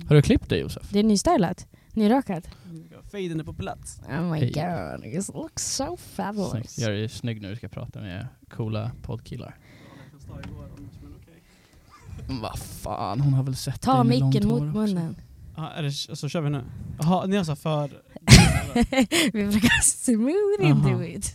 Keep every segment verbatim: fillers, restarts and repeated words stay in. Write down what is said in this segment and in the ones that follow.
Har du klippt det, Josef? Det är nystylat. Nyrakat. Faden är på plats. Oh my Hej. god, it looks so fabulous. Snyggt. Jag är snygg nu, du ska prata med coola poddkillar. Vad fan, hon har väl sett Ta dig med micken långt mot hår också. munnen. Ja, är det, alltså kör vi nu? Jaha, ni har så för... Vi försöker smooth Aha. into it.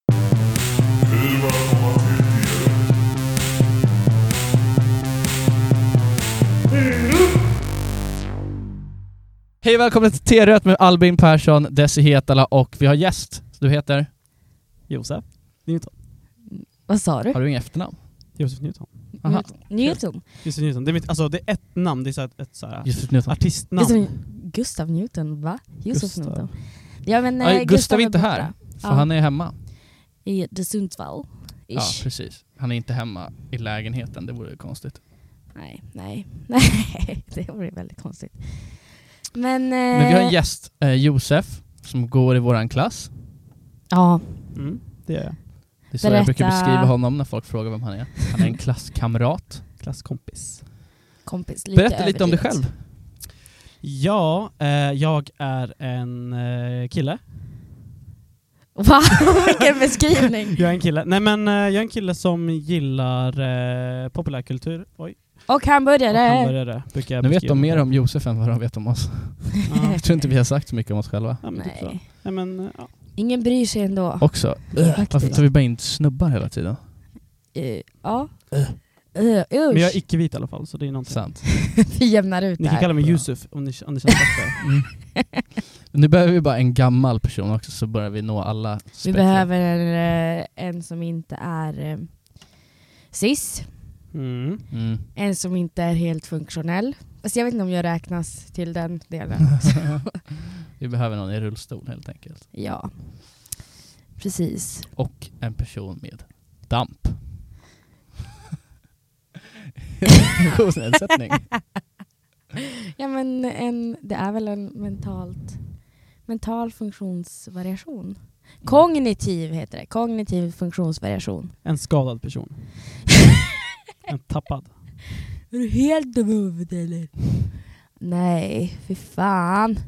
Hej, välkommen till T-röt med Albin Persson, Desi Hetala och vi har gäst. Du heter? Josef Newton. Vad sa du? Har du inget efternamn? Josef Newton. Aha. Newton. Josef Newton. Det är, mitt, alltså, det är ett namn, det är så ett, ett så här Josef Newton. artistnamn. Gustav, Gustav Newton, va? Josef Gustav. Newton. Ja, men, Ja, eh, Gustav är inte borta. här, för Ja. han är hemma. I de Sundsvall. Ja, Ish. precis. Han är inte hemma i lägenheten, det vore konstigt. Nej, nej. Nej, det vore väldigt konstigt. Men, eh, Men vi har en gäst, eh, Josef, som går i våran klass. Ja, Mm, det är jag. Det är så jag brukar Berätta. beskriva honom när folk frågar vem han är. Han är en klasskamrat. Klasskompis. kompis. Lite Berätta lite om dig överdrivet. själv. Ja, eh, jag är en eh, kille. Va? Vilken beskrivning. Jag är en kille. Nej men eh, jag är en kille som gillar eh, populärkultur. Oj. Och hamburgare. Och hamburgare brukar jag Nu vet beskriva. de mer om Josef än vad de vet om oss. Ja. Jag tror inte vi har sagt så mycket om oss själva. Ja, men typ så. Nej. Nej men eh, ja. Ingen bryr sig ändå. Också, Faktiskt. varför tar vi bara in snubbar hela tiden? Eh, ja. Uh. Uh, Men jag är usch. icke-vit i alla fall, så det är någonting. Sant. Vi jämnar ut Ni det kan här. kalla mig Bra. Yusuf om ni, om ni känner efter. Mm. Nu behöver vi bara en gammal person också, så börjar vi nå alla Vi spektrum. behöver en, eh, en som inte är eh, cis. Mm. Mm. En som inte är helt funktionell. Alltså jag vet inte om jag räknas till den delen. Vi behöver någon i rullstol helt enkelt. Ja, precis. Och en person med damp. Funktionsnedsättning. Ja, men en, det är väl en mentalt, mental funktionsvariation. Kognitiv heter det. Kognitiv funktionsvariation. En skadad person. En tappad. Är du helt dum i huvudet eller? Nej, för fan.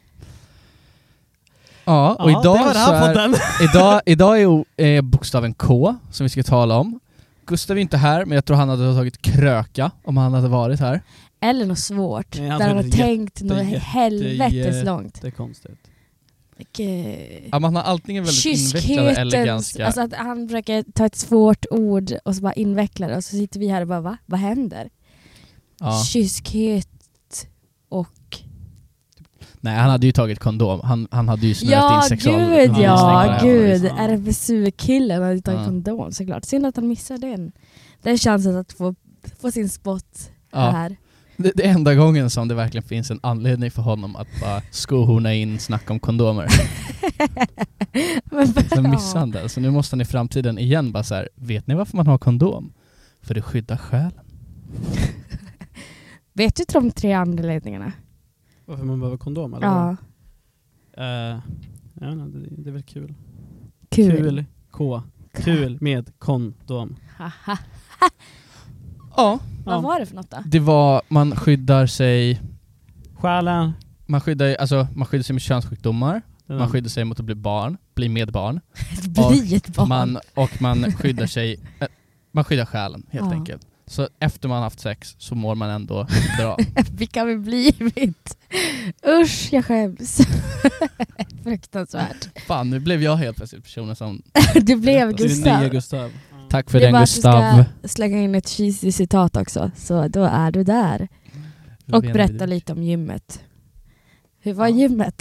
Ja, och Ja, idag, det var det så här är, podden. idag, idag är o- eh, bokstaven K som vi ska tala om. Gustav är inte här, men jag tror han hade tagit kröka om han hade varit här. Eller något svårt. Nej, han där han har hade tänkt jätte, något jätte, helvetes långt. Det är konstigt. Vilket- Ja, man har antingen väldigt invecklad eller Kyskheten, ganska... alltså att han försöker ta ett svårt ord och så bara inveckla det och så sitter vi här och bara, va? Vad händer? ja. Kyskhet och... Nej, han hade ju tagit kondom. Han, han hade ju snöat Ja, in sexual... gud, undervisning på det ja, här gud. viset. Ja. R F S U-killen hade tagit Ja. kondom såklart. Synd att han missade den. Den chansen att få, få sin spot Ja. här. Det, det är enda gången som det verkligen finns en anledning för honom att bara skohorna in snacka om kondomer. Men, Sen missade han det. Så nu måste han i framtiden igen bara så här: vet ni varför man har kondom? För det skyddar själen. Vet du de tre anledningarna? Varför man behöver kondom eller? Ja, Uh, ja, nej, det, det är väl kul. kul. Kul. K. Kul med kondom. Haha. Ja, Vad Ja. var det för något då? det var, man skyddar sig, Själen. man skyddar, alltså, man skyddar sig mot könssjukdomar, Den- man skyddar sig mot att bli barn, bli med barn, Bli ett barn. man, och man skyddar sig, äh, man skyddar själen helt Ja. enkelt. Så efter man haft sex så mår man ändå bra. Vilka har vi blivit? Usch, jag skäms. Fruktansvärt. Fan, nu blev jag helt plötsligt personen som... Du blev Det är den nya Gustav. Gustav. Tack för Det är den, bara att Gustav. du ska slänga in ett cheesy citat också. Så då är du där. Och berätta lite om gymmet. Hur var Ja. gymmet?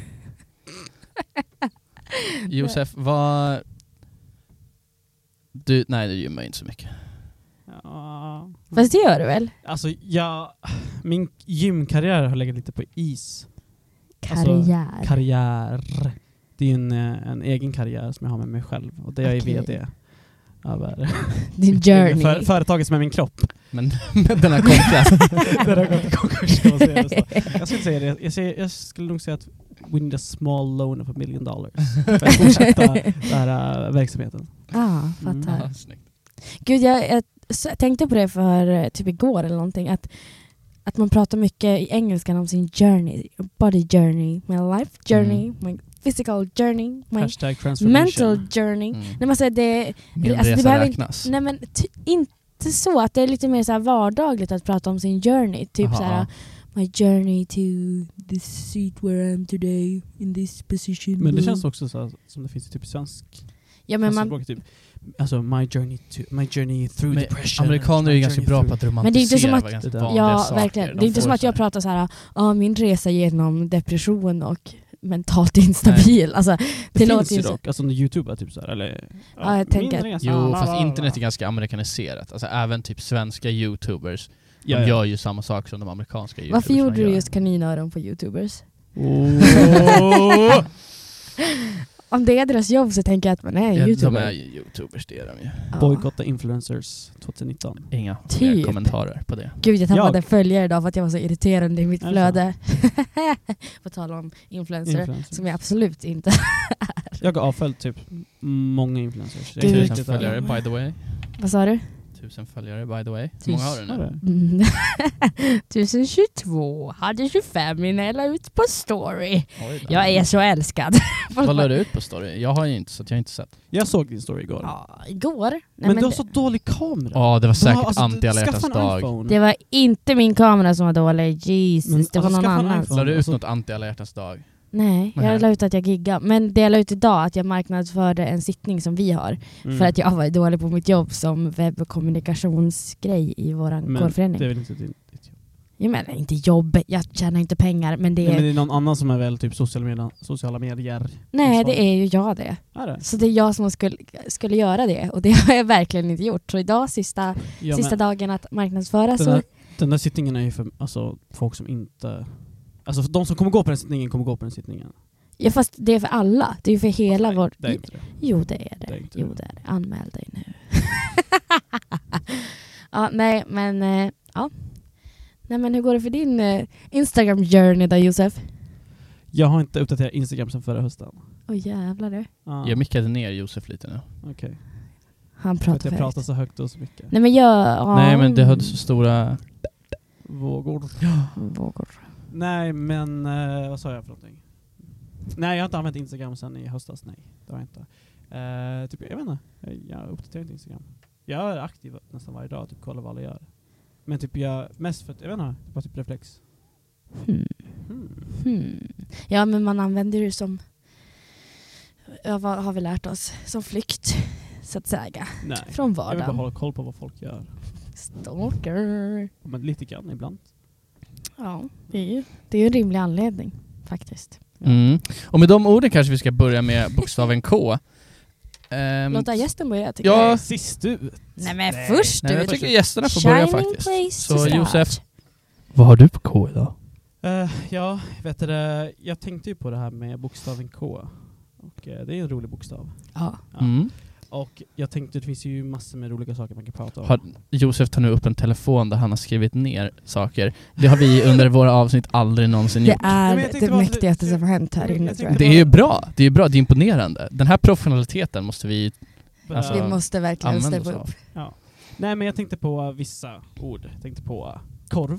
Josef, vad... Du, nej, du gymmar inte så mycket. Ja. Fast det gör du väl? Alltså, jag, min gymkarriär har legat lite på is. Alltså, Karriär. Karriär. Det är en, eh, en egen karriär som jag har med mig själv. Och det är jag Okej. är vd över Din journey. för, företaget som är min kropp. Men med den här konkas. Det har gått i konkurs, kan man säga det så. Jag skulle säga det. Jag, säger, jag skulle nog säga att we need a small loan of a million dollars för att fortsätta den här uh, verksamheten. Ah, fattar. Ja, snyggt. Gud, jag, jag s- tänkte på det för eh, typ igår eller någonting. Att att man pratar mycket i engelska om sin journey, body journey, my life journey, mm. my physical journey, my Hashtag mental journey. Mm. Nej, man säger det, Min alltså, resa det behöver räknas. inte, nej men ty, inte så att det är lite mer så här vardagligt att prata om sin journey, typ Aha. så här my journey to this seat where I am today in this position. Men det känns också så här, som det finns i typ svensk. Ja, men man, språk, typ, alltså my journey to my journey through Men depression. amerikaner är ju ganska bra på att Men det är inte som romantisera att- ganska det- vanliga ja, saker. verkligen. De Det är inte får som att så jag här- pratar så här, ja, min resa genom depression och mentalt instabil. Alltså, det, Det, det finns låter ju ju så. dock, alltså när YouTube är typ så här, eller Ja, jag tänker- min resa, Jo, la, la, fast la, internet är la. ganska amerikaniserat. Alltså även typ svenska YouTubers, Ja, de ja. gör ju samma sak som de amerikanska YouTubers. Varför gjorde du gör. just kaninöron på YouTubers? Oh. Om det är deras jobb så tänker jag att man är en Ja, de YouTuber. är ju YouTubers, det är de ju. Ja. Bojkotta influencers tjugonitton. Inga Typ. fler kommentarer på det. Gud, jag tappade Jag- följare idag för att jag var så irriterande i mitt Är det flöde. På tal om influencer, Influencer. som jag absolut inte... Jag har avföljt typ många influencers. Jag är Gud. inte Tusen riktigt där. följare, by the way. Vad sa du? Tusen följare, by the way. Hur många har du Har nu? du? Mm. tusen tjugotvå, hade tjugofem innan jag la ut på story. Oj då. Jag är så älskad. Vad la du ut på story? Jag har ju inte, så att jag har inte sett. Jag såg din story igår. Ja, igår. Nej, men, men du har det, så dålig kamera. Ja, det var Du har- säkert alltså, anti alla skaffa hjärtans en dag. iPhone. det var inte min kamera som var dålig. Jesus, Men, det var alltså, någon skaffa en annan. iPhone. La du ut Alltså- något anti alla hjärtans dag? Nej, jag Nej. la ut att jag giggar. Men det jag la ut idag, att jag marknadsförde en sittning som vi har. Mm. För att jag var dålig på mitt jobb som webbkommunikationsgrej i våran Men kårförening. det är väl inte din, ditt jobb? Jag menar inte jobb, jag tjänar inte pengar, men det Nej, är... men det är någon annan som är väl typ sociala medier, sociala medier. Nej, ansvarig. det är ju jag det. Är det? Så det är jag som skulle, skulle göra det. Och det har jag verkligen inte gjort. Så idag, sista, Ja, sista men dagen att marknadsföra, den, så... där, den där sittningen är ju för alltså, folk som inte... Alltså för de som kommer gå på den sittningen kommer gå på den sittningen. Ja, fast det är för alla. Det är ju för hela Nej, vår... det är inte det. Jo, det är det. Det är inte jo, det. det är det. Anmäl dig nu. Ja, nej, men... eh, Ja. Nej, men hur går det för din eh, Instagram-journey där, Josef? Jag har inte uppdaterat Instagram sedan förra hösten. Oj, jävlar du. Ah, Jag mickade ner Josef lite nu. okej. Han För att pratar jag för pratar högt. så högt och så mycket. Nej, men jag... Ja, Nej, men det hade så stora... Vågor. Vågor. Nej, men eh, vad sa jag för någonting? Nej, jag har inte använt Instagram sedan i höstas. Nej, det har jag inte. Eh, typ, jag vet inte. Jag, jag uppdaterar inte Instagram. Jag är aktiv nästan varje dag. Typ kollar vad alla gör. Men typ jag mest för att, jag vet inte, bara typ reflex. Hmm. Hmm. Hmm. Ja, men man använder det som... Ja, vad har vi lärt oss? Som flykt, så att säga. Nej, Från jag vill bara vardagen. hålla koll på vad folk gör. Stalker. Men lite grann ibland. Ja, det är ju det är ju en rimlig anledning, faktiskt. Ja. Mm. Och med de orden kanske vi ska börja med bokstaven K. Um, Låta gästen börja, tycker ja. jag. Nej, sist ut. Nej, men först Nej, du. jag tycker gästerna får börja Shining faktiskt. place Så to start. Josef, vad har du på K idag? Uh, ja, vet du det, jag tänkte ju på det här med bokstaven K. Och uh, det är en rolig bokstav. Ja. Ja. Mm. Och jag tänkte, det finns ju massor med roliga saker man kan prata om. Har, Josef tar nu upp en telefon där han har skrivit ner saker. Det har vi under våra avsnitt aldrig någonsin Det gjort. är men jag tänkte det bara- mäktigaste som har hänt här Jag inne, tänkte tror jag. Det är ju bra, det är ju bra, det är imponerande. Den här professionaliteten måste vi Bara- alltså, Vi måste verkligen använda steppa oss upp. av. Ja. Nej, men jag tänkte på uh, vissa ord. Jag tänkte på uh, korv.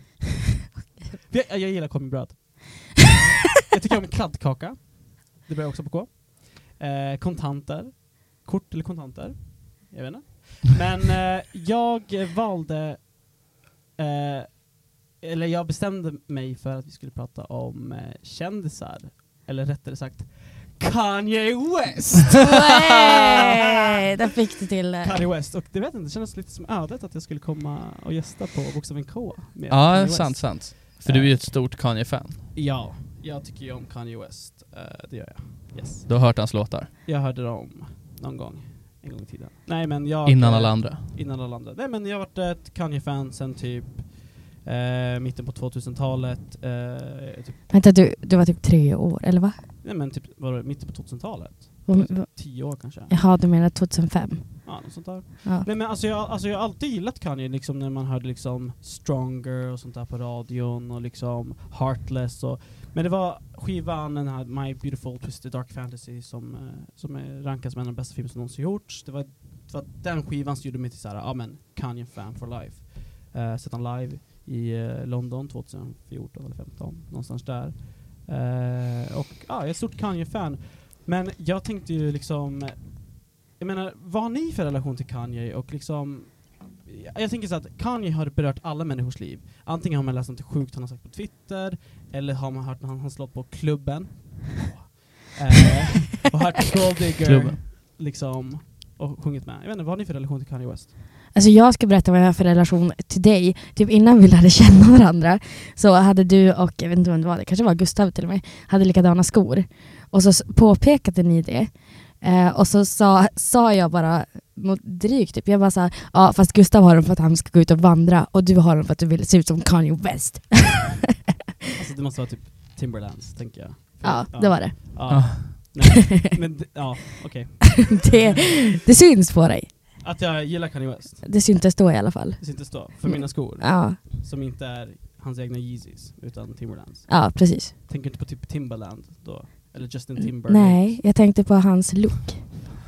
jag, jag gillar korv med bröd. Jag tycker om kladdkaka. Det börjar också på K. Eh, kontanter. Kort eller kontanter. Jag vet inte. Men eh, jag valde... Eh, eller jag bestämde mig för att vi skulle prata om eh, kändisar. Eller rättare sagt Kanye West! Nej, där fick du till det. Kanye West. Och det vet jag inte, det kändes lite som ödet att jag skulle komma och gästa på bokstaven K. Med Ja, Kanye West. sant, sant. För du är ju ett stort Kanye-fan. Ja, jag tycker ju om Kanye West. Uh, det gör jag. Yes. Du har hört hans låtar. Jag hörde dem någon gång. En gång i tiden. Nej, men jag... Innan eh, alla andra. Innan alla andra. Nej, men jag har varit ett Kanye-fan sen typ eh, mitten på tvåtusentalet. Eh, typ, Vänta, du, du var typ tre år, eller va? nej, men typ var det mitten på tvåtusentalet. Vad- vad- Tio år kanske. Jaha, du menar tjugohundrafem? Ja, något sånt där. Ja. Nej, men alltså jag, alltså jag har alltid gillat Kanye liksom när man hörde liksom Stronger och sånt där på radion och liksom Heartless och, men det var skivan, den här My Beautiful Twisted Dark Fantasy som, eh, som är rankad som en av de bästa filmer som någonsin gjorts. Det var, det var den skivan som gjorde mig till såhär, ja men Kanye fan for life. Uh, sett han live i eh, London tjugohundrafjorton eller femton, någonstans där. Eh, och ja, jag är ett stort Kanye-fan. Men jag tänkte ju liksom, jag menar, vad har ni för relation till Kanye? Och liksom, jag tänker så att Kanye har berört alla människors liv. Antingen har man läst något sjukt han har sagt på Twitter, eller har man hört när han har slått på klubben. eh, och hört Gold Digger liksom, och sjungit med. Jag vet inte, vad har ni för relation till Kanye West? Alltså jag ska berätta vad jag har för relation till dig. Typ innan vi lärde känna varandra så hade du och, jag vet inte vem det var, det kanske var Gustav till och med, hade likadana skor. Och så påpekade ni det. Eh, och så sa, sa jag bara mot drygt typ, jag bara sa, ja fast Gustav har dem för att han ska gå ut och vandra och du har dem för att du vill se ut som Kanye West. Alltså det måste vara typ Timberlands, tänker jag. Ja, ja, det var det. Ja, nej, men d- ja, okej. Okay. det, det syns på dig. Att jag gillar Kanye West. Det syntes då i alla fall. Det syntes då, för mina skor. Ja. Som inte är hans egna Yeezys, utan Timberlands. Ja, precis. Tänker inte på typ Timberland då? Eller Justin Timber? Nej, jag tänkte på hans look.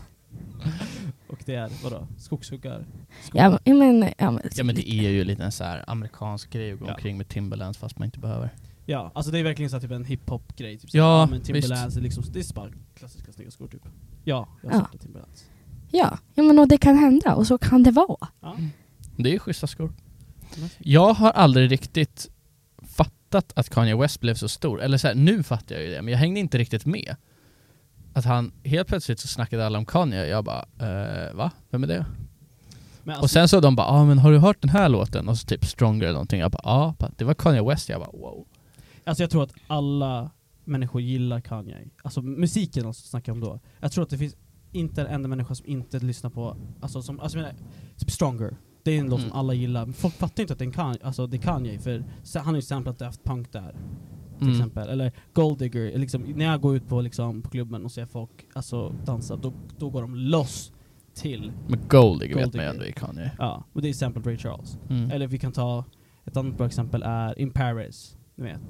Och det är, vadå? Skogshuggar? Ja, men, ja, men, ja men det är ju lite en så här amerikansk grej att gå ja. omkring med Timberlands fast man inte behöver. Ja, alltså det är verkligen så här, typ en hiphop-grej. Typ, ja, ja, men Timberlands är liksom, det är bara klassiska snygga skor typ. Ja, jag har ja. sett Timberlands. Ja, ja men och det kan hända och så kan det vara. Ja. Det är schyssta skor. Jag har aldrig riktigt fattat att Kanye West blev så stor. Eller så här, nu fattar jag ju det, men jag hängde inte riktigt med. Att han helt plötsligt så snackade alla om Kanye. Jag bara, eh, va? Vem är det? Men alltså, och sen så de bara, ah, men har du hört den här låten? Och så typ Stronger eller någonting. Jag bara, ja, ah, det var Kanye West. Jag bara, wow. Alltså jag tror att alla människor gillar Kanye. Alltså musiken alltså, snackar om då. Jag tror att det finns inte en enda människa som inte lyssnar på, alltså som, alltså jag menar, typ Stronger. Det är en låt mm. som alla gillar. Men folk fattar inte att det är Kanye, alltså det är Kanye, för han har ju samplat Daft Punk där. Till mm. exempel. Eller Gold Digger. Liksom, när jag går ut på, liksom, på klubben och ser folk alltså, dansa, då, då går de loss till. Men Gold Digger Gold vet Digger. man ändå i Kanye. Ja, och det är sampled Ray Charles. Mm. Eller vi kan ta, ett annat bra exempel är In Paris. Ni vet.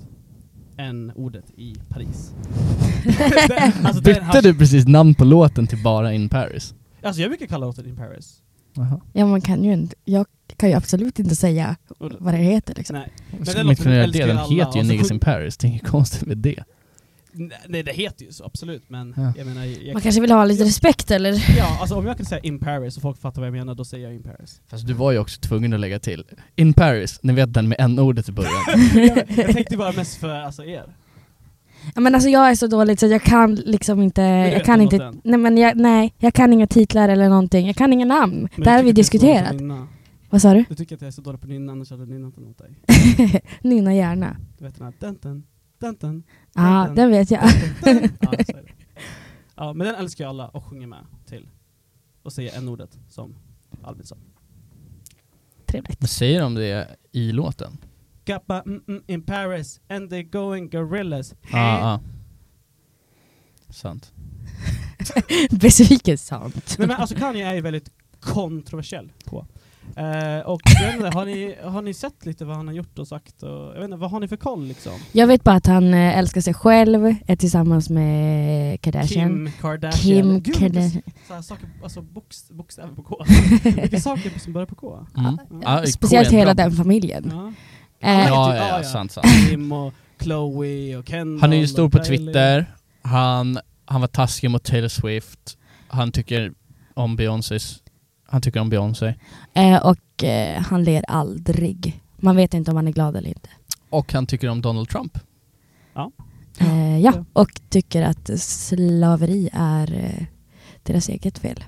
En ordet i Paris. alltså, Bytte har... du precis namn på låten till bara In Paris? Alltså jag brukar kalla låten In Paris. Aha. Ja, man kan ju inte, jag kan ju absolut inte säga vad det heter liksom. Nej. Men den, låten det, den heter ju Niggas in Paris, det är inget konstigt med det. Nej, det heter ju så, absolut, men ja. jag menar... Jag man kan, kanske vill ha lite jag, respekt, eller? Ja, alltså om jag kan säga In Paris och folk fattar vad jag menar, då säger jag In Paris. Fast du var ju också tvungen att lägga till In Paris, ni vet den med en ordet i början. jag, jag tänkte bara mest för alltså, er. Ja, men alltså jag är så dålig så jag kan liksom inte, jag kan inte, nej men jag, nej, jag kan inga titlar eller någonting, jag kan inga namn. Men det har vi diskuterat. Vad sa du? Du tycker att jag är så dålig på nynna, annars hade nynna inte något dig. Nynna gärna. Du vet den här, dun, dun, dun, dun, ja, dun, den vet jag. Dun, dun. Ja, så är det. Ja, men den älskar alla och sjunger med till. Och säger en ordet som Albin sa. Trevligt. Vad säger de det i låten? Kappa mm, mm, in Paris and they going gorillas. Ja, ah, ah. Sant. Besviken sant. Men, men alltså Kanye är ju väldigt kontroversiell på. Uh, och jag vet inte, har, ni, har ni sett lite vad han har gjort och sagt? Och, jag vet inte, vad har ni för koll liksom? Jag vet bara att han äh, älskar sig själv, är tillsammans med Kardashian. Kim Kardashian. Kim Gud, Kardashian. Så saker, alltså box, bokstäver på K. Vilka saker som börjar på K? Mm. Mm. Ja, speciellt K hela bra. den familjen. Ja. Äh, ja, ja, ja, ja, sant, sant. Kim och Chloe och Kendall. Han är ju stor på Kylie. Twitter. Han, han var taskig mot Taylor Swift. Han tycker om Beyoncé. Han tycker om Beyoncé. Äh, och äh, han ler aldrig. Man vet inte om han är glad eller inte. Och han tycker om Donald Trump. Ja. Äh, ja, och tycker att slaveri är äh, deras eget fel.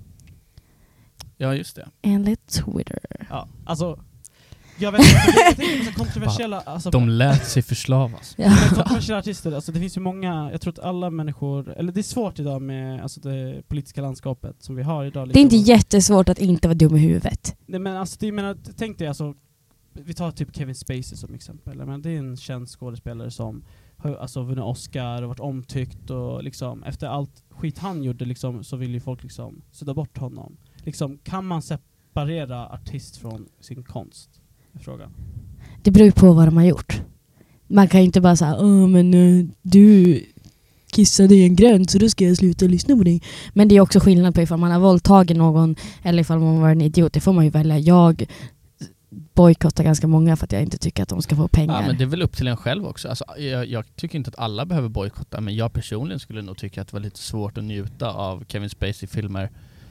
Ja, just det. Enligt Twitter. Ja, alltså jag vet inte, jag tänker på så kontroversiella alltså, de lät sig förslavas. Ja. kontroversiella artister, alltså det finns ju många, jag tror att alla människor, eller det är svårt idag med alltså, det politiska landskapet som vi har idag. Liksom. Det är inte jättesvårt att inte vara dum i huvudet. Nej men alltså, det, menar, tänk dig alltså, vi tar typ Kevin Spacey som exempel. Men det är en känd skådespelare som har alltså, vunnit Oscar och varit omtyckt och liksom, efter allt skit han gjorde liksom, så vill ju folk liksom sudda bort honom. Liksom, kan man separera artist från sin konst? Frågan. Det beror på vad de har gjort. Man kan ju inte bara säga, åh men uh, du kissade i en gräns så då ska jag sluta lyssna på dig. Men det är också skillnad på ifall man har våldtagit någon eller ifall man var en idiot. Det får man ju välja. Jag bojkotta ganska många för att jag inte tycker att de ska få pengar. Ja, men det är väl upp till en själv också. Alltså, jag, jag tycker inte att alla behöver bojkotta, men jag personligen skulle nog tycka att det var lite svårt att njuta av Kevin Spacey-filmer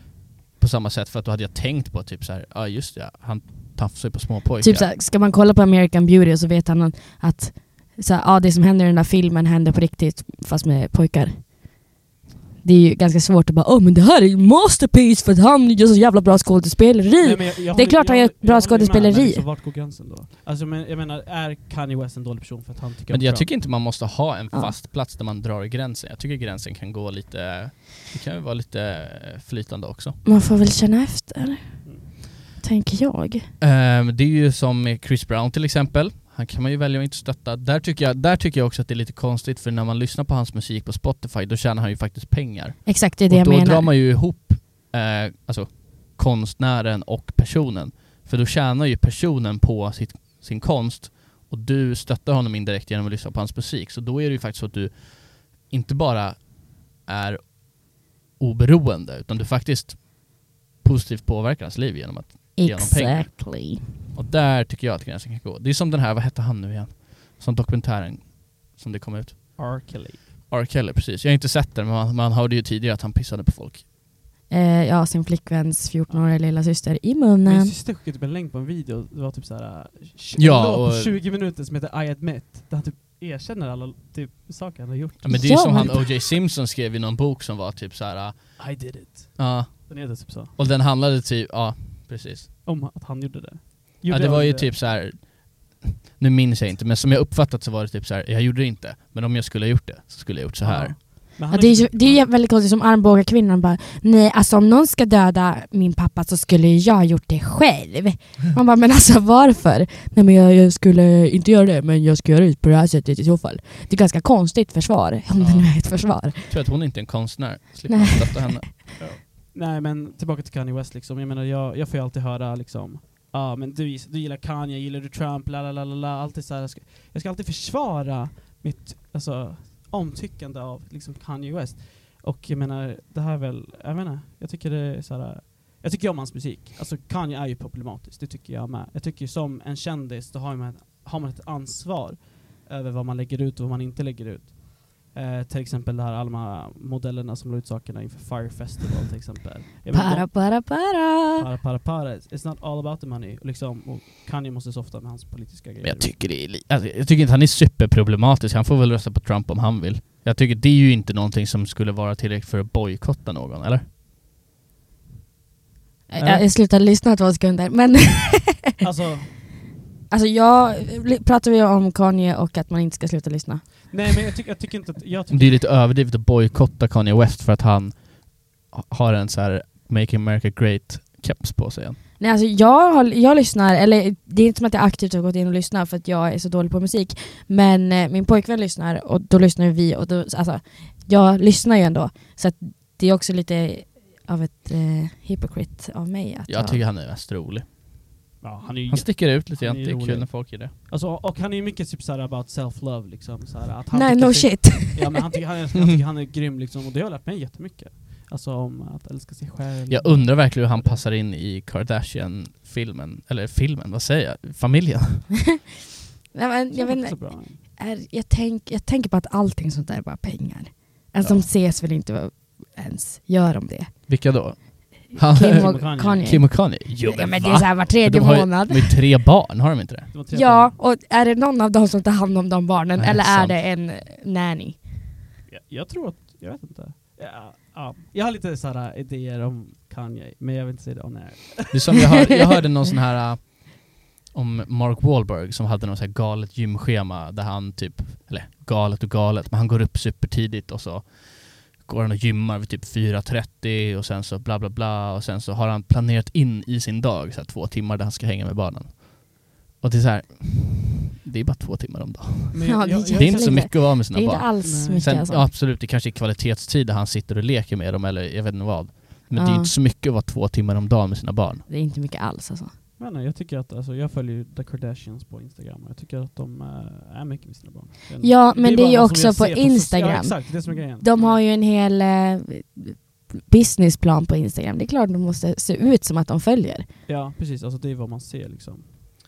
på samma sätt, för att då hade jag tänkt på typ så här, ja just det, han tafsar på små pojkar. Typ så här, ska man kolla på American Beauty och så vet han att så här, ja, det som händer i den där filmen händer på riktigt fast med pojkar. Det är ju ganska svårt att bara, åh oh, men det här är ju masterpiece för att han gör så jävla bra skådespeleri. Nej, men jag, jag det är klart han gör bra skådespeleri. Så vart går gränsen då? Alltså men, jag menar, är Kanye West en dålig person för att han tycker Men jag bra? tycker inte man måste ha en fast ja. plats där man drar gränsen. Jag tycker gränsen kan gå lite, det kan ju vara lite flytande också. Man får väl känna efter, mm. tänker jag. Um, det är ju som med Chris Brown till exempel. Han kan man ju välja att inte stötta. Där tycker, jag, där tycker jag också att det är lite konstigt, för när man lyssnar på hans musik på Spotify, då tjänar han ju faktiskt pengar. Exakt, det är det och jag då menar. drar man ju ihop eh, alltså, konstnären och personen. För då tjänar ju personen på sitt, sin konst, och du stöttar honom indirekt genom att lyssna på hans musik. Så då är det ju faktiskt så att du inte bara är oberoende, utan du faktiskt positivt påverkar hans liv genom att ge honom pengar. Exactly. Och där tycker jag att gränsen kan gå. Det är som den här, vad hette han nu igen? Som dokumentären som det kom ut. R. Kelly. R. Kelly, precis. Jag har inte sett den, men man, man hörde ju tidigare att han pissade på folk. Eh, ja, sin flickväns fjorton-åriga lilla syster i munnen. Min syster skickade typ en länk på en video. Det var typ såhär ja, och tjugo minuter som heter I Admit. Där han typ erkänner alla typ saker han har gjort. Ja, men det är ja, som men... han O J Simpson skrev i någon bok som var typ såhär. I did it. Ja. Den heter typ så. Och den handlade typ, ja, precis. Om att han gjorde det. Gjorde ja, det var ju det. Typ så här. Nu minns jag inte, men som jag uppfattat så var det typ så här, jag gjorde det inte, men om jag skulle ha gjort det så skulle jag gjort så här. Ja. Ja, det, är ju, det är ju väldigt konstigt som armbågar kvinnan bara, nej alltså om någon ska döda min pappa så skulle jag ha gjort det själv. Man bara, men alltså varför? Nej men jag, jag skulle inte göra det, men jag ska göra det på det här sättet i så fall. Det är ganska konstigt försvar, om ja. det nu är ett försvar. Jag tror att hon inte är en konstnär, slipper man stötta henne. Ja. Nej men tillbaka till Kanye West liksom, jag menar jag, jag får ju alltid höra liksom, ja ah, men du, du gillar Kanye, gillar du Trump, la la la la, alltid så här, jag ska, jag ska alltid försvara mitt, alltså omtyckande av liksom Kanye West. Och jag menar, det här är väl, jag menar, jag tycker det är så här, jag tycker om hans musik. Alltså Kanye är ju problematisk, det tycker jag med. Jag tycker som en kändis, då har man, har man ett ansvar över vad man lägger ut och vad man inte lägger ut. Eh, till exempel det här alla de här modellerna som la ut sakerna inför Fire Festival till exempel. Jag para, menar, para, para. Para, para, para. It's not all about the money. Och liksom, och Kanye måste softa med hans politiska grejer. Men jag tycker det är li- alltså, jag tycker inte han är superproblematisk. Han får väl rösta på Trump om han vill. Jag tycker det är ju inte någonting som skulle vara tillräckligt för att bojkotta någon, eller? Jag, jag slutade lyssna två sekunder, men alltså Alltså jag pratar vi om Kanye och att man inte ska sluta lyssna. Nej men jag tycker, jag tycker inte att jag tycker det är lite överdrivet att bojkotta Kanye West för att han har en så här Make America Great keps på sig igen. Nej alltså jag, har, jag lyssnar, eller det är inte som att jag aktivt har gått in och lyssnat för att jag är så dålig på musik, men eh, min pojkvän lyssnar och då lyssnar vi och då, alltså jag lyssnar ju ändå, så att det är också lite av ett eh, hypocrite av mig att jag, jag tycker han är mest rolig. Ja, han, är han sticker ut lite grann, det är rolig. Kul när folk gör det. Alltså, och han är ju mycket typ såhär about self-love liksom, såhär, att han nej, no sig, shit. Ja men han tycker han, är, han tycker han är grym liksom, och det har lärt mig jättemycket. Alltså om att älska sig själv. Jag undrar verkligen hur han passar in i Kardashian-filmen, eller filmen, vad säger jag? Familjen. Nej, men, jag, vet, är, jag, tänk, jag tänker på att allting sånt där är bara pengar. Alltså ja. De ses väl inte ens, gör de det? Vilka då? Kim och Kanye. Kanye. Kim och Kanye. Jo, men, ja, men det är så här var tredje de har, månad. De har ju tre barn, har de inte det? det ja, och är det någon av dem som tar hand om de barnen? Nej, eller är sant. det en nanny? Jag, jag tror att, jag vet inte. Ja, ja. Jag har lite sådana idéer om Kanye, men jag vill inte säga det om när. Det är som jag, hör, jag hörde någon sån här uh, om Mark Wahlberg som hade någon så här galet gymschema där han typ, eller galet och galet, men han går upp supertidigt och så går han och gymmar vid typ fyra trettio och sen så bla bla bla och sen så har han planerat in i sin dag så här, två timmar där han ska hänga med barnen. Och det är så här, det är bara två timmar om dagen. Men jag, jag, jag, det är inte så mycket att vara med sina barn. Det är inte alls mycket. Sen, alltså. ja, absolut, det kanske är kvalitetstid där han sitter och leker med dem eller jag vet inte vad. Men ja. Det är inte så mycket att vara två timmar om dagen med sina barn. Det är inte mycket alls alltså. Men nej, jag tycker att alltså, jag följer ju The Kardashians på Instagram och jag tycker att de äh, är mycket med sina barn. Den, ja, men det är, det är ju också på På Instagram. ja, exakt, det är som är grejen. De har ju en hel eh, businessplan på Instagram. Det är klart de måste se ut som att de följer. Ja, precis. Alltså det är vad man ser liksom.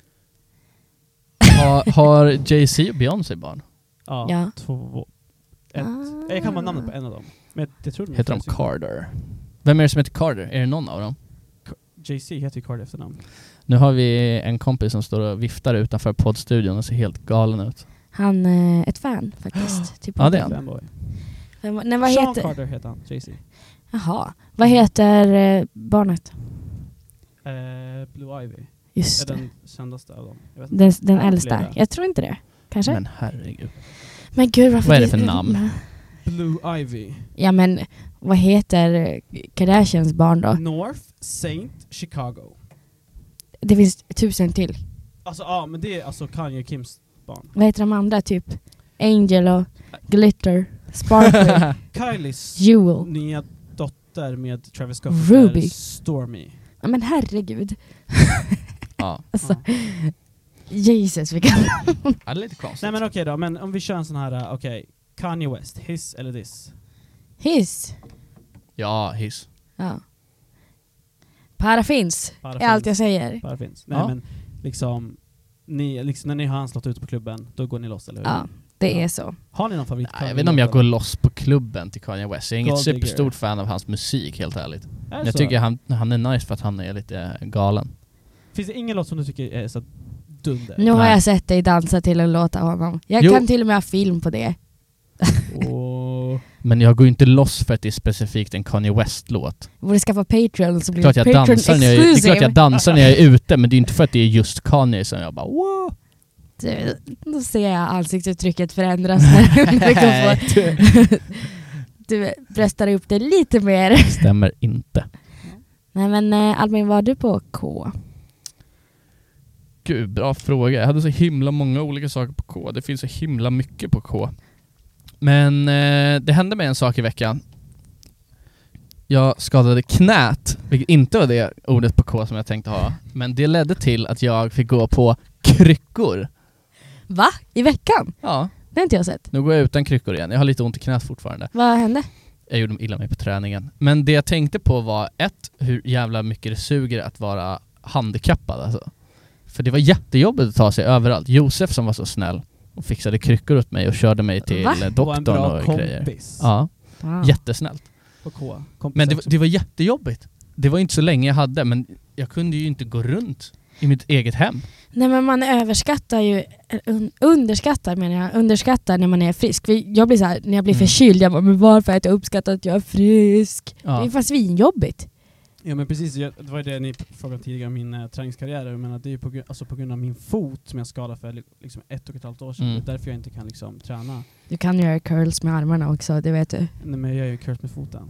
Har, har Jay-Z och Beyoncé barn? Ja, Ja. två. Ett. Ah. Jag kan bara namnet på en av dem. Men jag, jag tror Heter de Carter? Vem är det som heter Carter? Är det någon av dem? Jay-Z heter ju Carter efternamn. Nu har vi en kompis som står och viftar utanför poddstudion och ser helt galen ut. Han är ett fan faktiskt. Typ Ja, det är han. Fanboy. Vem- Nej, vad Sean heter... Carter heter han, Jay-Z. Jaha. Vad heter eh, barnet? Eh, Blue Ivy Just är det. den kändaste av dem. Jag vet inte. Den, den Han äldsta. blev det. Jag tror inte det. Kanske? Men, Men herregud. gud, varför... Vad är det för namn? Blue Ivy. Ja, men vad heter eh, Kardashians barn då? North Saint Chicago. Det finns tusen till. Alltså ja, men det är alltså Kanye och Kims barn. Vad heter de andra? Typ Angel och Glitter, Sparkly, Kylies Jewel. nya dotter med Travis Scott Ruby. är Stormy. Ja, men herregud. Ja, Alltså, Ja. Jesus, vilken... ja det är lite konstigt. Nej men okej då, men om vi kör en sån här, uh, okej, Kanye West, his eller this? Hiss. Ja, hiss. Ja. Para finns, Bara är allt finns. jag säger. Bara finns. Nej Ja. men liksom, ni, liksom, när ni har anslått ut på klubben, då går ni loss, eller hur? Ja, det är så. Har ni någon favorit? Nej, jag vet inte om jag går loss på klubben till Kanye West. Jag är inget Gold digger. superstort fan av hans musik, helt ärligt. Är det Jag så? tycker han, han är nice för att han är lite galen. Finns det ingen låt som du tycker är så dunder? Nu har Nej. jag sett dig dansa till en låt av honom. Jag Jo. kan till och med ha film på det. Och... Men jag går ju inte loss för att det är specifikt en Kanye West-låt. Borde skaffa Patreon så Det är blir klart det jag Patreon dansar när jag, är- det är klart jag exclusive. dansar när jag är ute, men det är inte för att det är just Kanye som jag bara wow. Du, Då ser jag ansiktsuttrycket förändras när du går på. Du bröstar upp det lite mer. Stämmer inte. Nej, men eh, Albin, var du på K? Gud, bra fråga. Jag hade så himla många olika saker på K. Det finns så himla mycket på K. Men eh, det hände mig en sak i veckan. Jag skadade knät, vilket inte var det ordet på K som jag tänkte ha. Men det ledde till att jag fick gå på kryckor. Va? I veckan? Ja, Det har inte jag sett. nu går jag utan kryckor igen. Jag har lite ont i knät fortfarande. Vad hände? Jag gjorde illa mig på träningen. Men det jag tänkte på var ett, hur jävla mycket det suger att vara handikappad. Alltså. För det var jättejobbigt att ta sig överallt. Josef som var så snäll och fixade kryckor åt mig och körde mig till Va? eh, och en doktorn bra och grejer. kompis. Ja, Wow. jättesnällt. På K. Kompis Men det, också. det var jättejobbigt. Det var inte så länge jag hade, men jag kunde ju inte gå runt i mitt eget hem. Nej, men man överskattar ju, un, underskattar menar jag, underskattar när man är frisk. För jag blir så här, när jag blir Mm. förkyld, jag bara, men varför att jag uppskattar att jag är frisk? Ja. Det är fan svinjobbigt. Ja men precis, jag, det var ju det ni frågade tidigare om min eh, träningskarriär. Jag menar, det är ju på, gru- alltså på grund av min fot som jag skadade för li- liksom ett och ett halvt år sedan. Mm. Det är därför jag inte kan liksom träna. Du kan göra curls med armarna också, det vet du. Nej, men jag gör ju curls med foten.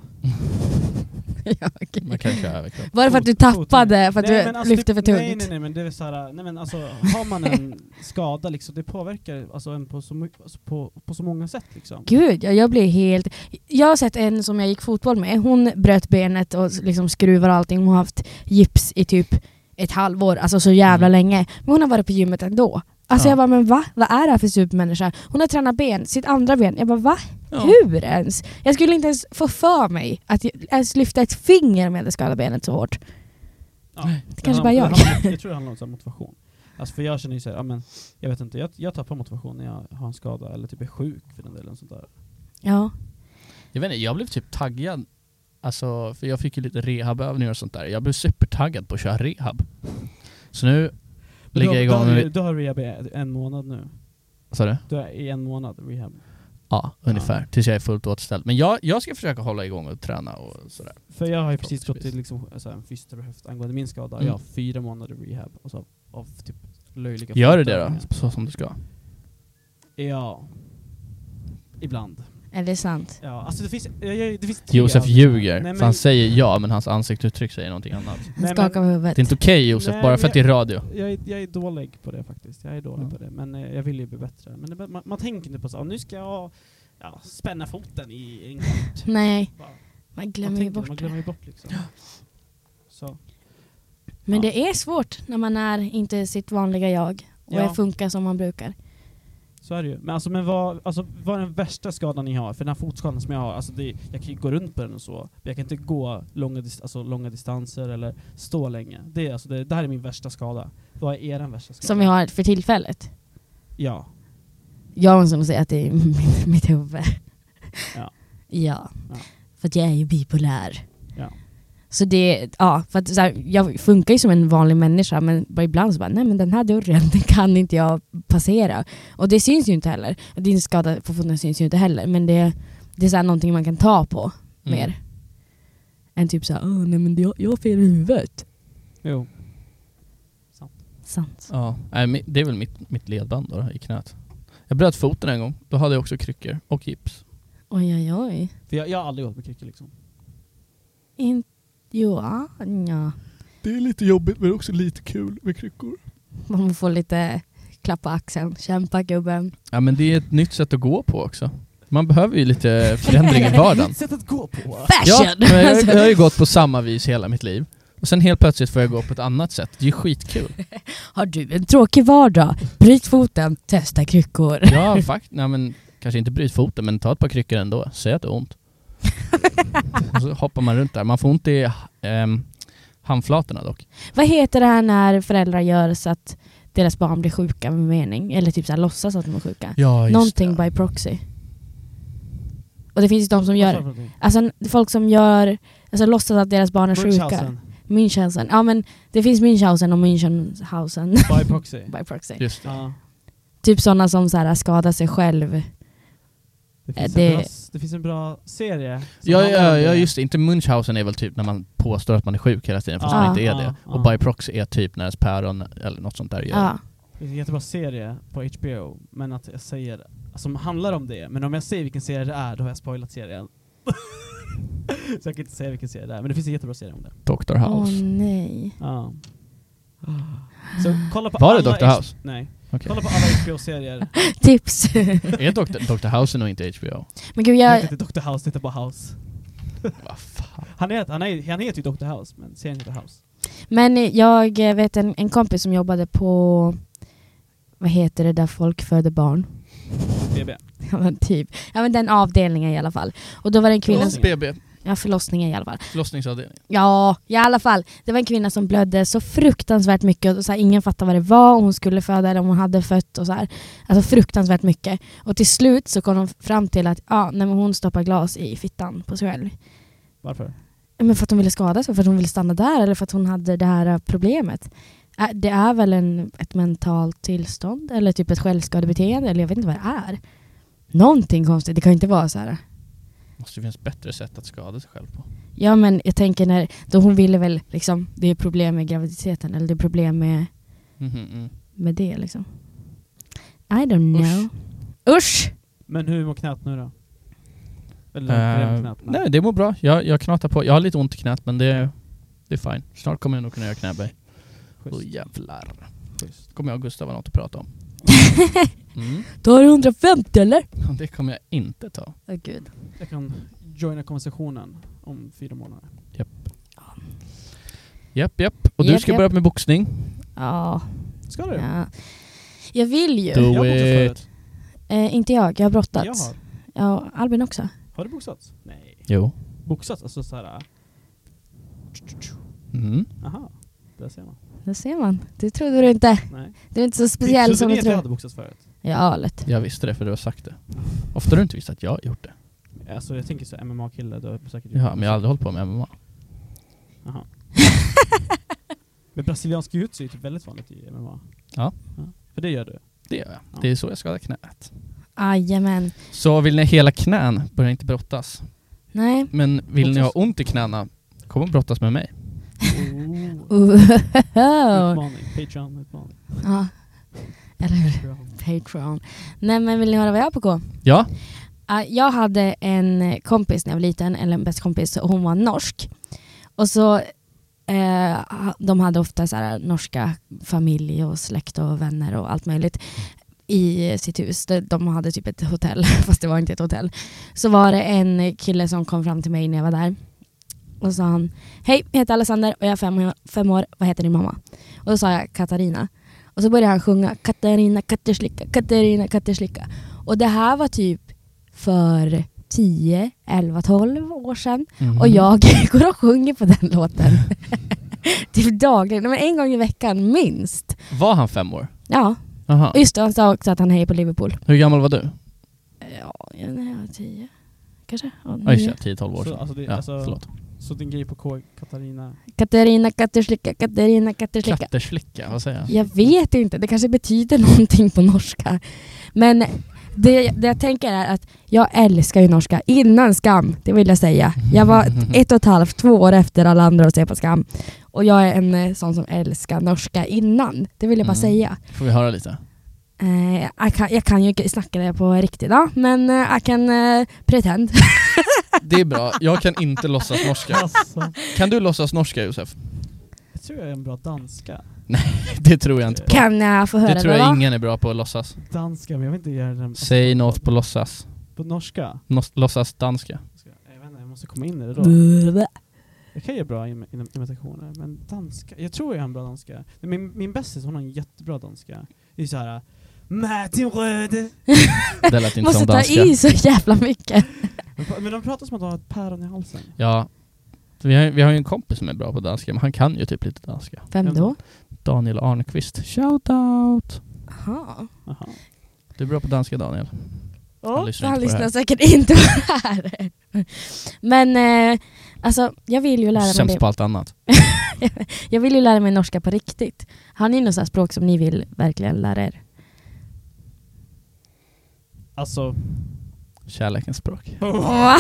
Ja, okej. Man kan köra överkropp. Var det för att du Fot- foten. tappade, för att Nej, du men alltså lyfte det- för tungt? Nej nej nej, men det är så här, nej men alltså har man en skada liksom, det påverkar alltså en på så, mycket, alltså på, på så många sätt liksom. Gud, ja, jag blir helt... Jag har sett en som jag gick fotboll med. Hon bröt benet och liksom skruvar och allting. Hon har haft gips i typ ett halvår, alltså så jävla Mm. länge. Men hon har varit på gymmet ändå. Alltså Ja. jag bara, men va? Vad är det här för supermänniska? Hon har tränat ben, sitt andra ben. Jag bara, va? Ja. Hur ens? Jag skulle inte ens få för mig att jag, ens lyfta ett finger med att skada benet så hårt. Ja, Det kanske bara handlar- jag. det handlar- Jag tror det handlar om så här motivation. Alltså för jag känner ju såhär, ja men jag vet inte, jag, jag tappar motivation när jag har en skada eller typ är sjuk för den delen sånt där. Ja. Jag vet inte, jag blev typ taggad. Alltså, för jag fick ju lite rehabövningar och sånt där. Jag blev supertaggad på att köra rehab. Så nu Men ligger du, jag har- igång du, har, med... du har rehab i en månad nu. Vad sa du? Du är i en månad rehab. Ja, ungefär. Tills jag är fullt återställd. Men jag, jag ska försöka hålla igång och träna och sådär. För jag har ju precis gått Förhoppningsvis. till liksom, alltså, en fysioterapeut angående min skada. Mm. Jag har fyra månader rehab och så av typ löjliga Gör du det då? fotövningar. Så som du ska? Ja. Ibland. Är det sant? Ja, alltså det finns, jag, jag, det finns tre Josef anledningar. ljuger. Nej, för men, han säger ja, men hans ansiktsuttryck säger någonting annat. Han Nej, skakar på huvudet. Det är inte okej Josef, Nej, bara för att det är radio. jag, är- jag är dålig på det faktiskt. Jag är dålig Ja. på det. Men eh, jag vill ju bli bättre. Men det, man, man tänker inte på så, nu ska jag ja, spänna foten i en kvart. Nej, Bara, man glömmer man, ju tänker, bort man det. glömmer ju bort liksom. Så. Men Ja. det är svårt när man är inte sitt vanliga jag och Ja. funkar som man brukar. Så är det ju. Men alltså, men vad, alltså, vad är den värsta skadan ni har? För den här fotskadan som jag har, alltså det, jag kan ju gå runt på den och så. Men jag kan inte gå långa, dis- alltså, långa distanser eller stå länge. Det, är, alltså, det, det här är min värsta skada. Vad är er värsta skada? Som vi har för tillfället. Ja. Jag måste nog säga att det är mitt, mitt huvud. Ja. Ja. Ja. För att jag är ju bipolär. Ja. Så det, ja, för att så här, jag funkar ju som en vanlig människa, men bara ibland så bara, nej men den här dörren, den kan inte jag passera. Och det syns ju inte heller. Din skada på foten syns ju inte heller, men det, det är så här någonting man kan ta på Mm. mer. Än typ så här, åh nej men jag, jag har fel i huvudet. Jo. Sant. Ja, nej, mi- det är väl mitt, mitt ledband då, i knät. Jag bröt foten en gång, då hade jag också kryckor och gips. Oj oj oj. För jag, jag har aldrig gått med kryckor liksom. In, jo, ah, ja. Det är lite jobbigt men också lite kul med kryckor. Man får lite klappa axeln. Kämpa gubben. Ja, men det är ett nytt sätt att gå på också. Man behöver ju lite förändring i vardagen. Sätt att gå på. Ja, Fashion! men jag, jag har ju gått på samma vis hela mitt liv. Och sen helt plötsligt får jag gå på ett annat sätt. Det är ju skitkul. Har du en tråkig vardag? Bryt foten, testa kryckor. Ja, fakt. Nej, men kanske inte bryt foten, men ta ett par kryckor ändå. Säg att det är ont. Och så hoppar man runt där. Man får ont i ähm, handflatorna dock. Vad heter det här när föräldrar gör så att deras barn blir sjuka med mening? Eller typ så här låtsas att de är sjuka? Ja, just Någonting det. by proxy. Och det finns ju de som Vad gör... sa du för någonting? Alltså folk som gör... Alltså låtsas att deras barn är sjuka. Munchausen. Münchhausen. Ja men det finns Münchhausen och Münchenhausen. By proxy. By proxy. Just det. Ja. Typ sådana som så här skadar sig själv. Det finns, Det- En bra, det finns en bra serie. som Ja, handlar ja, om ja, det. just det. Inte Munchausen är väl typ när man påstår att man är sjuk hela tiden fast Ja. man inte är Ja, det. ja. Och by proxy är typ när ens päron eller något sånt där gör. Ja. Det finns en jättebra serie på H B O, men att jag säger, som handlar om det. Men om jag säger vilken serie det är, då har jag spoilat serien. Så jag kan inte säga vilken serie det är, men det finns en jättebra serie om det. Doctor Åh House. nej. Ja. Så kolla på Var det alla Doctor H- House? Nej. Okej. Kolla på alla H B O-serier. Tips. Är Doctor Doctor House nog inte H B O? Men gud Jag jag... heter inte Doctor House, det heter bara House. Vad fan? Han, är, han, är, han heter ju Doctor House, men serien heter House. Men jag vet en, en kompis som jobbade på... Vad heter det där folk föder barn? B B. Ja men typ. Ja men den avdelningen i alla fall. Och då var det en kvinna som... B B. Ja, förlossningen i alla fall. Förlossningsavdelning. Ja, i alla fall. Det var en kvinna som blödde så fruktansvärt mycket. Och så här, ingen fattade vad det var, om hon skulle föda eller om hon hade fött. Och så här. Alltså fruktansvärt mycket. Och till slut så kom de fram till att ja, nej, men hon stoppar glas i fittan på sig själv. Varför? Men för att hon ville skada sig, för att hon ville stanna där. Eller för att hon hade det här problemet. Ä- Det är väl en, ett mentalt tillstånd. Eller typ ett självskadebeteende. Eller jag vet inte vad det är. Någonting konstigt. Det kan ju inte vara så här. Måste det finnas bättre sätt att skada sig själv på. Ja men jag tänker när då hon ville väl liksom, det är problem med graviditeten eller det är problem med, Mhm, mm. med det liksom. I don't know. Usch! Men hur mår knät nu då? Eller Eh, uh, knät? nej, det mår bra. Jag, jag knatar på. Jag har lite ont i knät, men det, det är fine. Snart kommer jag nog kunna göra knäböj. Åh Schysst. jävlar. Schysst. Kommer jag och Gustav ha något att prata om. Mm. Då har du hundrafemtio eller? Ja, det kommer jag inte ta. Åh oh, gud. Jag kan joina konversationen om fyra månader. Japp, japp. Och du Japp, ska japp. börja med boxning. Ja. Ska du? ja. Jag vill ju. Do Jag har boxat it. förut. Eh, inte jag, jag har brottats. Jag har. Ja, Albin också. Har du boxats? Nej. Jo. Boxats? Alltså såhär... Mm. Aha. Där ser man. Det ser man. Det trodde du inte. Nej. Du är inte så speciell Trodde som ni du att jag tror. hade boxats förut? Ja, lätt. Jag visste det för du har sagt det. Ofta har du inte visst att jag har gjort det. Alltså jag tänker så M M A-kille, du har säkert gjort Ja, det. men jag har aldrig hållit på med M M A. Aha. Men brasiliansk jiu-jitsu är typ väldigt vanligt i M M A. Ja. För det gör du. Det gör jag. Ja. Det är så jag skadar knät. Ajamän. Så vill ni hela knän, börja inte brottas. Nej. Men vill ni ha Brottas. ont i knäna, kom och brottas med mig. Oh. Uh. Utmaning. Patreon-utmaning. Ja. Eller hur? Patreon. Nej men vill ni höra vad jag har på gå? Ja. Uh, jag hade en kompis när jag var liten, eller en bäst kompis, och hon var norsk. Och så eh, de hade ofta så här norska familj och släkt och vänner och allt möjligt i sitt hus. De, de hade typ ett hotell, fast det var inte ett hotell. Så var det en kille som kom fram till mig när jag var där. Och sa han, hej, jag heter Alexander och jag är fem, fem år, vad heter din mamma? Och då sa jag Katarina. Och så började han sjunga Katarina, Katterslicka, Katarina, Katterslicka. Och det här var typ för tio, elva, tolv år sedan. Mhm. Och jag går och sjunger på den låten. Typ dagligen, men en gång i veckan minst. Var han fem år? Ja, Aha. Just det, han sa också att han hejar på Liverpool. Hur gammal var du? Ja, jag är tio. Kanske? Ja, Ja, just det, tio tolv år Så, sedan. alltså det, Ja, alltså, förlåt. så din grej på K, Katarina. Katarina Katterslicka, Katarina Katterslicka. Katterslicka, vad säger jag? Jag vet inte, det kanske betyder någonting på norska. Men det, det jag tänker är att jag älskar ju norska innan Skam, det vill jag säga. Jag var ett och ett halvt, två år efter alla andra att se på Skam. Och jag är en eh, sån som älskar norska innan, det vill jag bara Mm. säga. Får vi höra lite? Eh, jag, kan, jag kan ju inte snacka det på riktigt då, men eh, jag kan eh, pretend. Det är bra, jag kan inte låtsas norska. Alltså, Kan du låtsas norska, Josef? jag tror jag är en bra danska. Det tror jag inte på. Kan jag få höra Det det, tror jag då? ingen är bra på att låtsas. Danska, men jag vill inte göra den. Säg något på låtsas. På norska. Nos- låtsas danska. Ska- Jag vet inte, jag måste komma in i det då. Blä. Jag kan göra bra im- im- imitationer, men danska, jag tror jag har en bra danska. Min, min bästis, hon har en jättebra danska. Det är så här: Martin Röde. Det lät inte Måste som ta danska. i så jävla mycket. Men pra- Men de pratar som att de har ett päron i halsen. Ja. Vi har, vi har ju en kompis som är bra på danska, men han kan ju typ lite danska. Vem då? Daniel Arnqvist. Shout out! Aha. Aha. Du är bra på danska, Daniel. Oh, lyssnar han inte på det lyssnar säkert inte på det här. Men eh, alltså, jag vill ju lära mig Sämst det. på allt annat. Jag vill ju lära mig norska på riktigt. Har ni något sånt här språk som ni vill verkligen lära er? Alltså, Kärlekens språk. Wow!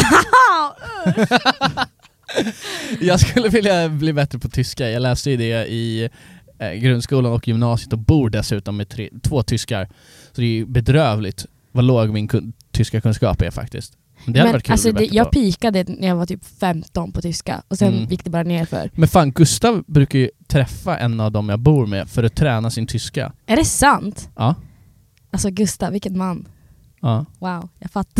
Jag skulle vilja bli bättre på tyska. Jag läste ju det i eh, grundskolan och gymnasiet och bor dessutom med tre, två tyskar. Så det är ju bedrövligt vad låg min kun- tyska kunskap är faktiskt. Men det hade Men varit kul alltså, att bli det, bättre jag på. pikade när jag var typ femton på tyska. Och sen Mm. gick det bara ner för. Men fan, Gustav brukar ju träffa en av dem jag bor med för att träna sin tyska. Är det sant? Ja. Alltså Gustav, vilken man. Ja. Wow, jag fattar.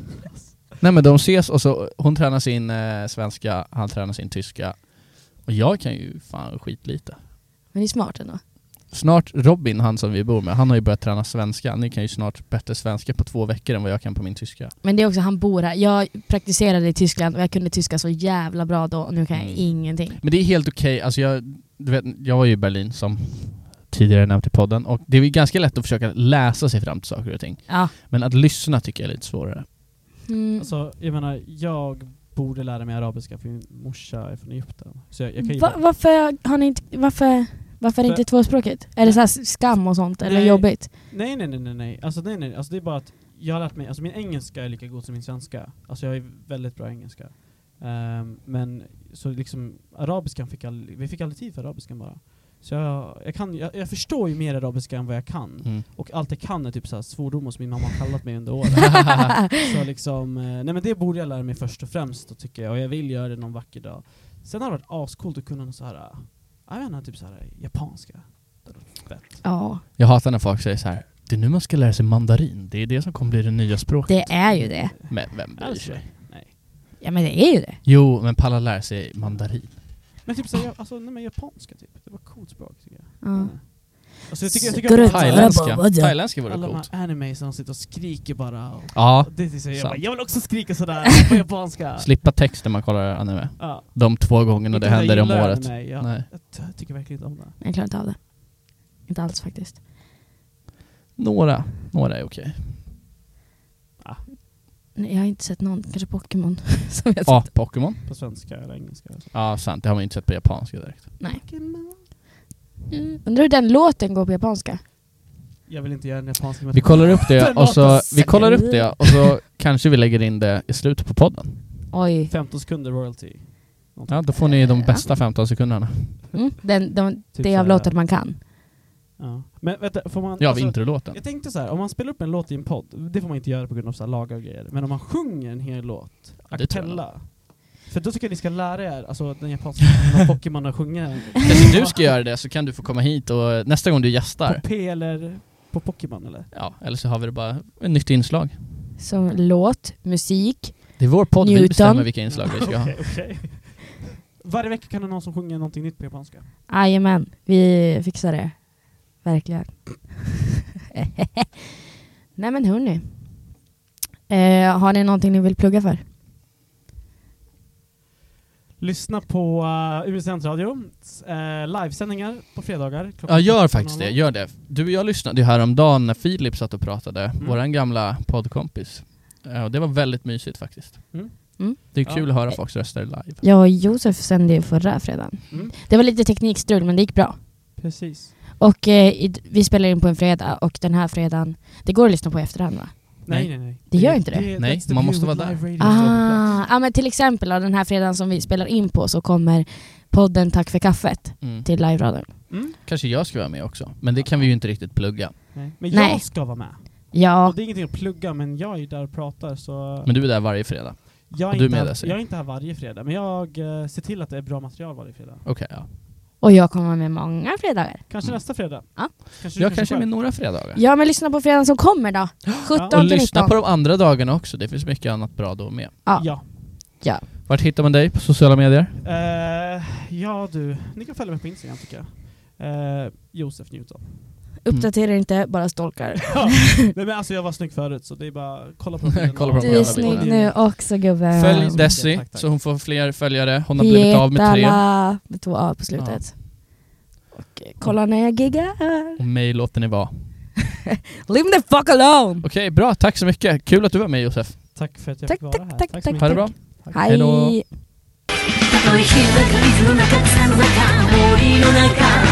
Nej, men de ses och så hon tränar sin eh, svenska, han tränar sin tyska. Och jag kan ju fan skitlite. Men det är smart ändå. Snart Robin, han som vi bor med, han har ju börjat träna svenska. Ni kan ju snart bättre svenska på två veckor än vad jag kan på min tyska. Men det är också, han bor här. Jag praktiserade i Tyskland och jag kunde tyska så jävla bra då. Och nu kan jag Mm. ingenting. Men det är helt okej. Alltså jag, du vet, jag var ju i Berlin som tidigare nämnt i podden. Och det är ju ganska lätt att försöka läsa sig fram till saker och ting. Ja. Men att lyssna tycker jag är lite svårare. Mm. alltså, jag menar, jag borde lära mig arabiska för min morsa är från Egypten. Så jag, jag kan ju Va, bara- varför har ni inte... Varför, varför är det För- inte tvåspråkigt? Är det så här skam och sånt? Eller Nej. jobbigt? Nej, nej, nej, nej, nej. Alltså, nej, nej. Alltså, det är bara att jag har lärt mig, alltså min engelska är lika god som min svenska. Alltså jag är väldigt bra i engelska. Ehm, men så liksom, arabiskan fick aldrig, vi fick aldrig tid för arabiskan bara. Så jag, jag, kan, jag, jag förstår ju mer arabiska än vad jag kan. Mm. Och allt jag kan är typ så här svordomar som min mamma har kallat mig under året. Så liksom, eh, nej men det borde jag lära mig först och främst då, tycker jag. Och jag vill göra det någon vacker dag. Sen har det varit ascoolt att kunna något så här, eh, jag vet inte, typ så här japanska. Det hade varit fett. Ja, Jag hatar när folk säger så här: det är nu man ska lära sig mandarin. Det är det som kommer bli det nya språket. det är ju det. Men vem bryr Alltså, sig? nej. Ja, men det är ju det. Jo, men palla lära sig mandarin. Men typ så här, alltså, nej men japanska typ. Det var coolt språk tycker jag. Ja. Alltså jag tycker, jag Skulle tycker du att ta- Thailändska. Vadå? Thailändska vore alla de coolt. här animes som sitter och skriker bara. Och Ja, det är så, jag, sant. bara, jag vill också skrika sådär på japanska. slippa text när man kollar anime. Ja. De två gångerna det Inte händer jag om gillar året. anime, Jag, Nej. jag, t- tycker verkligen inte om det. Jag klarar inte av det. Inte alls faktiskt. Några, några är okej. Nej, jag har inte sett någon. Kanske Pokémon. som jag Ja, sett. Pokémon. På svenska eller engelska. Alltså. Ja, sant. Det har man inte sett på japanska direkt. Nej. Pokémon. Mm. Undrar hur den låten går på japanska. Jag vill inte göra en japansk Vi kollar upp det Den och så låter vi kollar upp det och så kanske vi lägger in det i slutet på podden. Oj. femton sekunder royalty. Ja, då får ni de bästa femton sekunderna. Mm. Den, de, Typ det så av här- låten man kan. Ja. Men vänta, får man... Ja, alltså, introlåten. jag tänkte så här, om man spelar upp en låt i en podd, det får man inte göra på grund av så här lagar och grejer. Men om man sjunger en hel låt, Ja, det tror jag acapella. För då tycker jag ni ska lära er, alltså den japanska Pokémon att sjunga. Kanske du ska göra det så kan du få komma hit och nästa gång du På gästar. P eller på Pokémon eller? Ja, eller så har vi det bara ett nytt inslag. Så låt, musik. Det är vår podd, vi Newton. bestämmer vilka inslag vi ska ha. Okej, okej. Varje vecka kan det någon som sjunger någonting nytt på japanska. Jajamän, vi fixar det. Verkligen. Nej men hörni. Eh, har ni någonting ni vill plugga för? Lyssna på uh, Umeå studentradio. Uh, livesändningar på fredagar. Ja, gör faktiskt det. Gör det. Du och jag lyssnade ju häromdagen när Filip satt och pratade. Mm. Våran gamla poddkompis. Uh, och det var väldigt mysigt faktiskt. Mm. Mm. Det är kul Ja. att höra folks röster live. Jag och Josef sände ju förra fredagen. Mm. Det var lite teknikstrul, men det gick bra. Precis. Och eh, i, vi spelar in på en fredag, och den här fredagen, det går att lyssna på i efterhand, va? Nej, nej, nej. Det gör inte det. Nej, that's the man måste view vara with där. live radio. Ah, ja, men till exempel då, den här fredagen som vi spelar in på, så kommer podden Tack för kaffet Mm. till live-radion. Mm. Kanske jag ska vara med också. Men det kan vi ju inte riktigt plugga. Nej. Men Nej. jag ska vara med. Ja, Och det är ingenting att plugga, men jag är där och pratar, så... Men du är där varje fredag. jag, och är du är inte med här, där, säger jag är inte här varje fredag, men jag uh, ser till att det är bra material varje fredag. Okej, okay, ja. och jag kommer med många fredagar. Kanske Mm. nästa fredag. Ja. Kanske Jag kanske är med några fredagar. Ja, men lyssna på fredagen som kommer då. sjutton Och till lyssna nitton. på de andra dagarna också. Det finns mycket annat bra då med. Ja. Ja. Ja. Vart hittar man dig på sociala medier? Uh, ja du, ni kan följa mig på Instagram tycker jag. Uh, Josef Newton. Uppdatera inte, bara stalkar. Ja. Nej, men alltså jag var snygg förut, så det är bara kolla på bilden. Kolla på de Du är gamla snygg bilderna. nu också, gubben. Följ tack, Desi tack, tack. så hon får fler följare. Hon har blivit av med tre. Getala, med två A på slutet. Och eh, kolla när jag giggar. Och mig låter ni vara. Leave me the fuck alone! Okej, bra. Tack så mycket. Kul att du var med, Josef. Tack för att jag Tack, fick vara tack, här. tack, så tack, mycket. Ha det bra. Hej! Hej då. たとえ日がか水の中草の中森の中